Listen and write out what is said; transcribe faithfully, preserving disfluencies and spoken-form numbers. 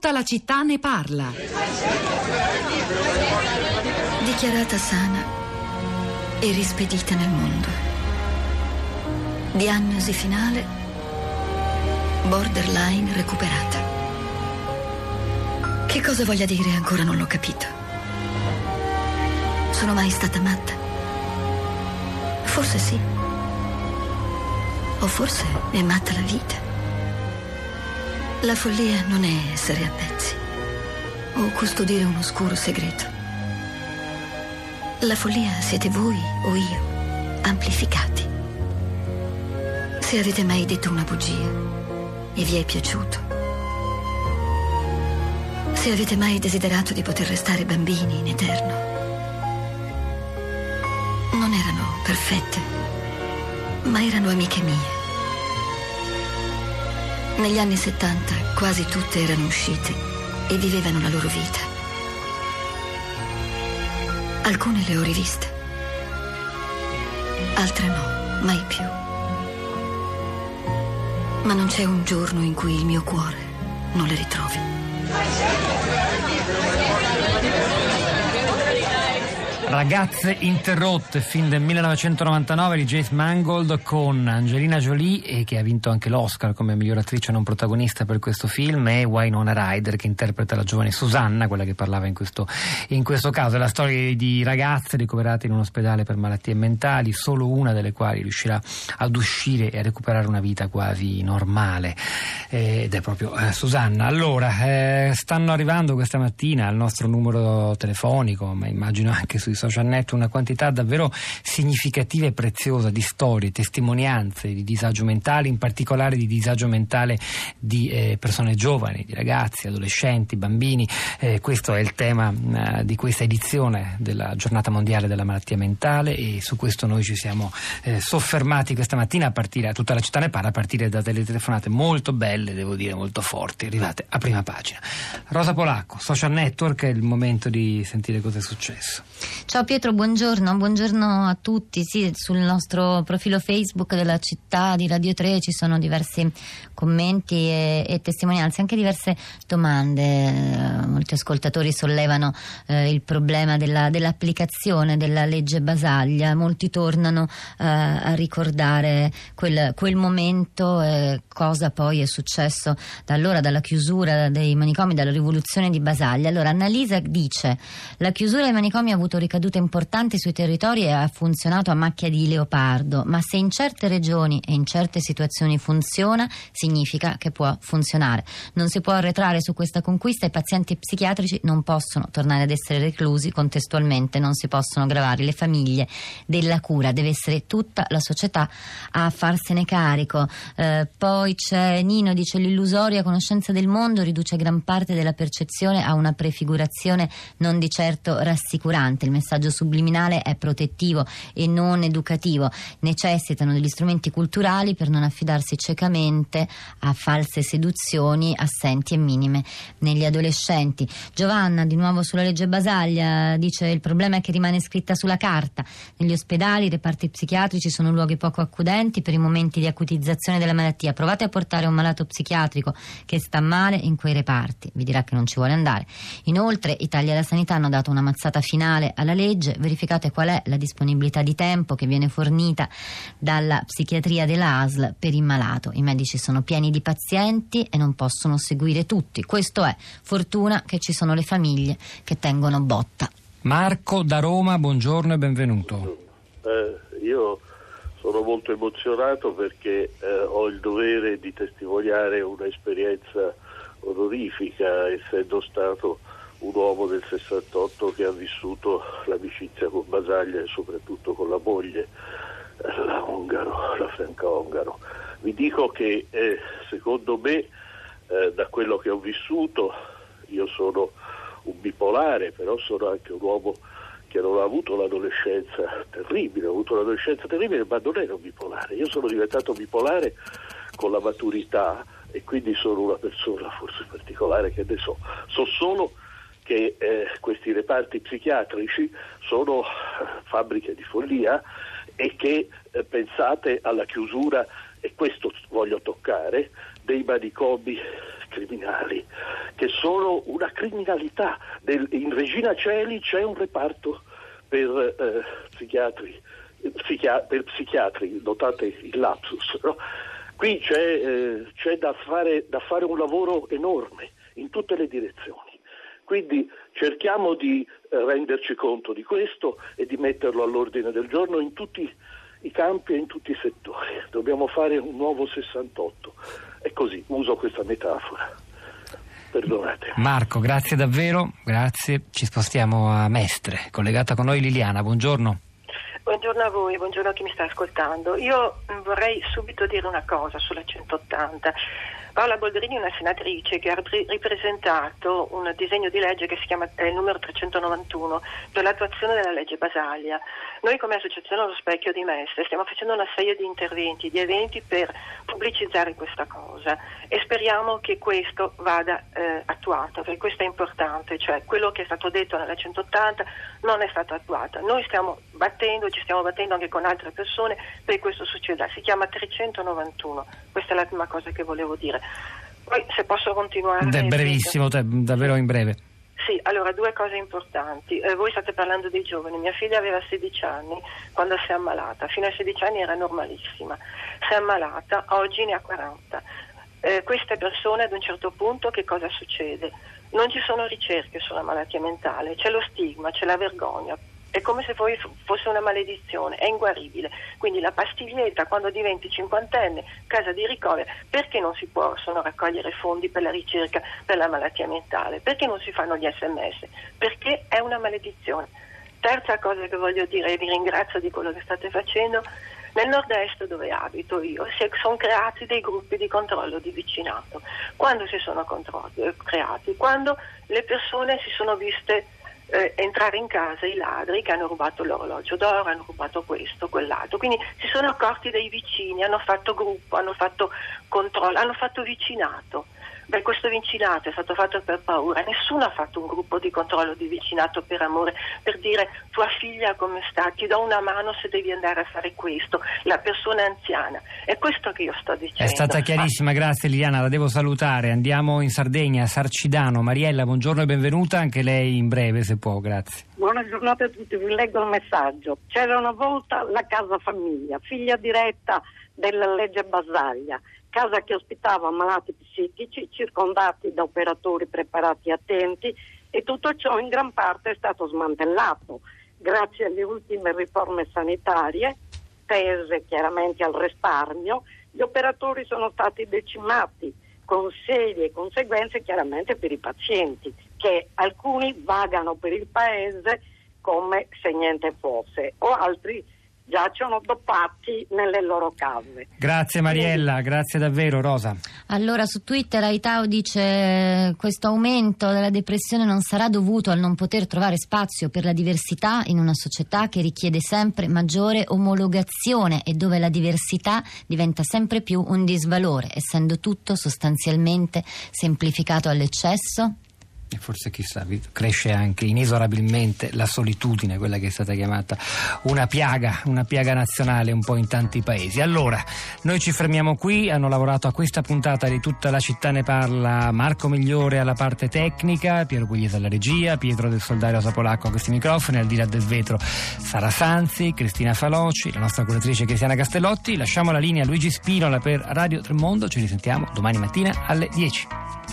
Tutta la città ne parla. Dichiarata sana e rispedita nel mondo. Diagnosi finale: borderline recuperata. Che cosa voglia dire ancora non l'ho capito. Sono mai stata matta? Forse sì. O forse è matta la vita. La follia non è essere a pezzi o custodire un oscuro segreto. La follia siete voi o io, amplificati. Se avete mai detto una bugia e vi è piaciuto, se avete mai desiderato di poter restare bambini in eterno, non erano perfette, ma erano amiche mie. Negli anni settanta quasi tutte erano uscite e vivevano la loro vita. Alcune le ho riviste, altre no, mai più. Ma non c'è un giorno in cui il mio cuore non le ritrovi. Ragazze interrotte, film del millenovecentonovantanove di James Mangold, con Angelina Jolie, e che ha vinto anche l'Oscar come miglior attrice non protagonista per questo film, e Winona Ryder, che interpreta la giovane Susanna, quella che parlava in questo, in questo caso. È la storia di ragazze ricoverate in un ospedale per malattie mentali, solo una delle quali riuscirà ad uscire e a recuperare una vita quasi normale, eh, ed è proprio eh, Susanna. Allora, eh, stanno arrivando questa mattina al nostro numero telefonico, ma immagino anche sui social net, una quantità davvero significativa e preziosa di storie, testimonianze di disagio mentale, in particolare di disagio mentale di eh, persone giovani, di ragazzi, adolescenti, bambini. Eh, questo è il tema eh, di questa edizione della Giornata Mondiale della Malattia Mentale, e su questo noi ci siamo eh, soffermati questa mattina, a partire, tutta la città ne parla, a partire da delle telefonate molto belle, devo dire molto forti, arrivate a prima pagina. Rosa Polacco, Social Network, è il momento di sentire cosa è successo. Ciao Pietro, buongiorno, buongiorno a tutti. Sì, sul nostro profilo Facebook della città di Radio tre ci sono diversi commenti e, e testimonianze, anche diverse domande. Molti ascoltatori sollevano eh, il problema della, dell'applicazione della legge Basaglia. Molti tornano eh, a ricordare quel, quel momento, e cosa poi è successo da allora, dalla chiusura dei manicomi, dalla rivoluzione di Basaglia. Allora Annalisa dice: la chiusura dei manicomi ha avuto ricadute importanti sui territori e ha funzionato a macchia di leopardo, ma se in certe regioni e in certe situazioni funziona, significa che può funzionare. Non si può arretrare su questa conquista. I pazienti psichiatrici non possono tornare ad essere reclusi, contestualmente non si possono gravare le famiglie della cura, deve essere tutta la società a farsene carico. Eh, poi c'è Nino, dice: l'illusoria conoscenza del mondo riduce gran parte della percezione a una prefigurazione non di certo rassicurante. Il messaggio subliminale è protettivo e non educativo. Necessitano degli strumenti culturali per non affidarsi ciecamente a false seduzioni assenti e minime negli adolescenti. Giovanna, di nuovo sulla legge Basaglia, dice: il problema è che rimane scritta sulla carta. Negli ospedali i reparti psichiatrici sono luoghi poco accudenti per i momenti di acutizzazione della malattia. Provate a portare un malato psichiatrico che sta male in quei reparti, vi dirà che non ci vuole andare. Inoltre Italia e la Sanità hanno dato una mazzata finale alla legge. Verificate qual è la disponibilità di tempo che viene fornita dalla psichiatria dell'A S L per il malato. I medici sono pieni di pazienti e non possono seguire tutti. Questo è. Fortuna che ci sono le famiglie che tengono botta. Marco da Roma, buongiorno e benvenuto. Eh, io sono molto emozionato perché eh, ho il dovere di testimoniare un'esperienza onorifica, essendo stato un uomo del sessantotto che ha vissuto l'amicizia con Basaglia e soprattutto con la moglie, la Ongaro, la Franca Ongaro. Vi dico che eh, secondo me, eh, da quello che ho vissuto, io sono un bipolare, però sono anche un uomo che non ha avuto l'adolescenza terribile, ho avuto l'adolescenza terribile, ma non ero bipolare. Io sono diventato bipolare con la maturità, e quindi sono una persona forse particolare, che ne so. So solo che eh, questi reparti psichiatrici sono fabbriche di follia, e che eh, pensate alla chiusura, e questo voglio toccare, dei manicomi criminali, che sono una criminalità. Del, in Regina Coeli c'è un reparto per eh, psichiatri, psichia, per psichiatri, notate il lapsus, no? Qui c'è, eh, c'è da fare, da fare un lavoro enorme in tutte le direzioni. Quindi cerchiamo di eh, renderci conto di questo e di metterlo all'ordine del giorno in tutti i campi e in tutti i settori. Dobbiamo fare un nuovo sessantotto. È così, uso questa metafora. Perdonate. Marco, grazie davvero, grazie. Ci spostiamo a Mestre, collegata con noi Liliana, buongiorno. Buongiorno a voi, buongiorno a chi mi sta ascoltando. Io vorrei subito dire una cosa sulla centottanta. Paola Boldrini è una senatrice che ha ripresentato un disegno di legge che si chiama è il numero trecentonovantuno per l'attuazione della legge Basaglia. Noi come associazione Lo Specchio di Mestre stiamo facendo una serie di interventi, di eventi per pubblicizzare questa cosa e speriamo che questo vada eh, attuato, perché questo è importante, cioè quello che è stato detto nella centottanta non è stato attuato. Noi stiamo battendo, ci stiamo battendo anche con altre persone perché questo succeda. Si chiama trecentonovantuno, questa è la prima cosa che volevo dire. Poi se posso continuare. È brevissimo, te, davvero in breve. Sì, allora due cose importanti. Eh, voi state parlando dei giovani. Mia figlia aveva sedici anni quando si è ammalata. Fino ai sedici anni era normalissima. Si è ammalata, oggi ne ha quaranta. Eh, queste persone ad un certo punto che cosa succede? Non ci sono ricerche sulla malattia mentale, c'è lo stigma, c'è la vergogna. È come se poi fosse una maledizione, è inguaribile. Quindi la pastiglietta, quando diventi cinquantenne, casa di ricovero, perché non si possono raccogliere fondi per la ricerca per la malattia mentale? Perché non si fanno gli sms? Perché è una maledizione. Terza cosa che voglio dire, e vi ringrazio di quello che state facendo, nel nord-est dove abito io si sono creati dei gruppi di controllo di vicinato. Quando si sono creati? Quando le persone si sono viste Eh, entrare in casa i ladri che hanno rubato l'orologio d'oro, hanno rubato questo, quell'altro, quindi si sono accorti dei vicini, hanno fatto gruppo, hanno fatto controllo, hanno fatto vicinato. Beh, questo vicinato è stato fatto per paura, nessuno ha fatto un gruppo di controllo di vicinato per amore, per dire tua figlia come sta, ti do una mano se devi andare a fare questo, la persona anziana. È questo che io sto dicendo. È stata chiarissima, grazie Liliana, la devo salutare. Andiamo in Sardegna, a Sarcidano. Mariella, buongiorno e benvenuta, anche lei in breve se può, grazie. Buona giornata a tutti, vi leggo il messaggio. C'era una volta la casa famiglia, figlia diretta della legge Basaglia, casa che ospitava malati psichici circondati da operatori preparati e attenti, e tutto ciò in gran parte è stato smantellato grazie alle ultime riforme sanitarie tese chiaramente al risparmio. Gli operatori sono stati decimati con serie conseguenze chiaramente per i pazienti, che alcuni vagano per il paese come se niente fosse, o altri giacciono doppati nelle loro case. Grazie Mariella, Quindi... grazie davvero. Rosa. Allora su Twitter Aitao dice: questo aumento della depressione non sarà dovuto al non poter trovare spazio per la diversità in una società che richiede sempre maggiore omologazione e dove la diversità diventa sempre più un disvalore, essendo tutto sostanzialmente semplificato all'eccesso? E forse chissà, cresce anche inesorabilmente la solitudine, quella che è stata chiamata una piaga, una piaga nazionale un po' in tanti paesi. Allora, noi ci fermiamo qui. Hanno lavorato a questa puntata di Tutta la città ne parla Marco Migliore alla parte tecnica, Piero Pugliese alla regia, Pietro del Soldario Sapolacco a questi microfoni, al di là del vetro Sara Sanzi, Cristina Faloci, la nostra curatrice Cristiana Castellotti. Lasciamo la linea a Luigi Spinola per Radio Tremondo, ci risentiamo domani mattina alle dieci.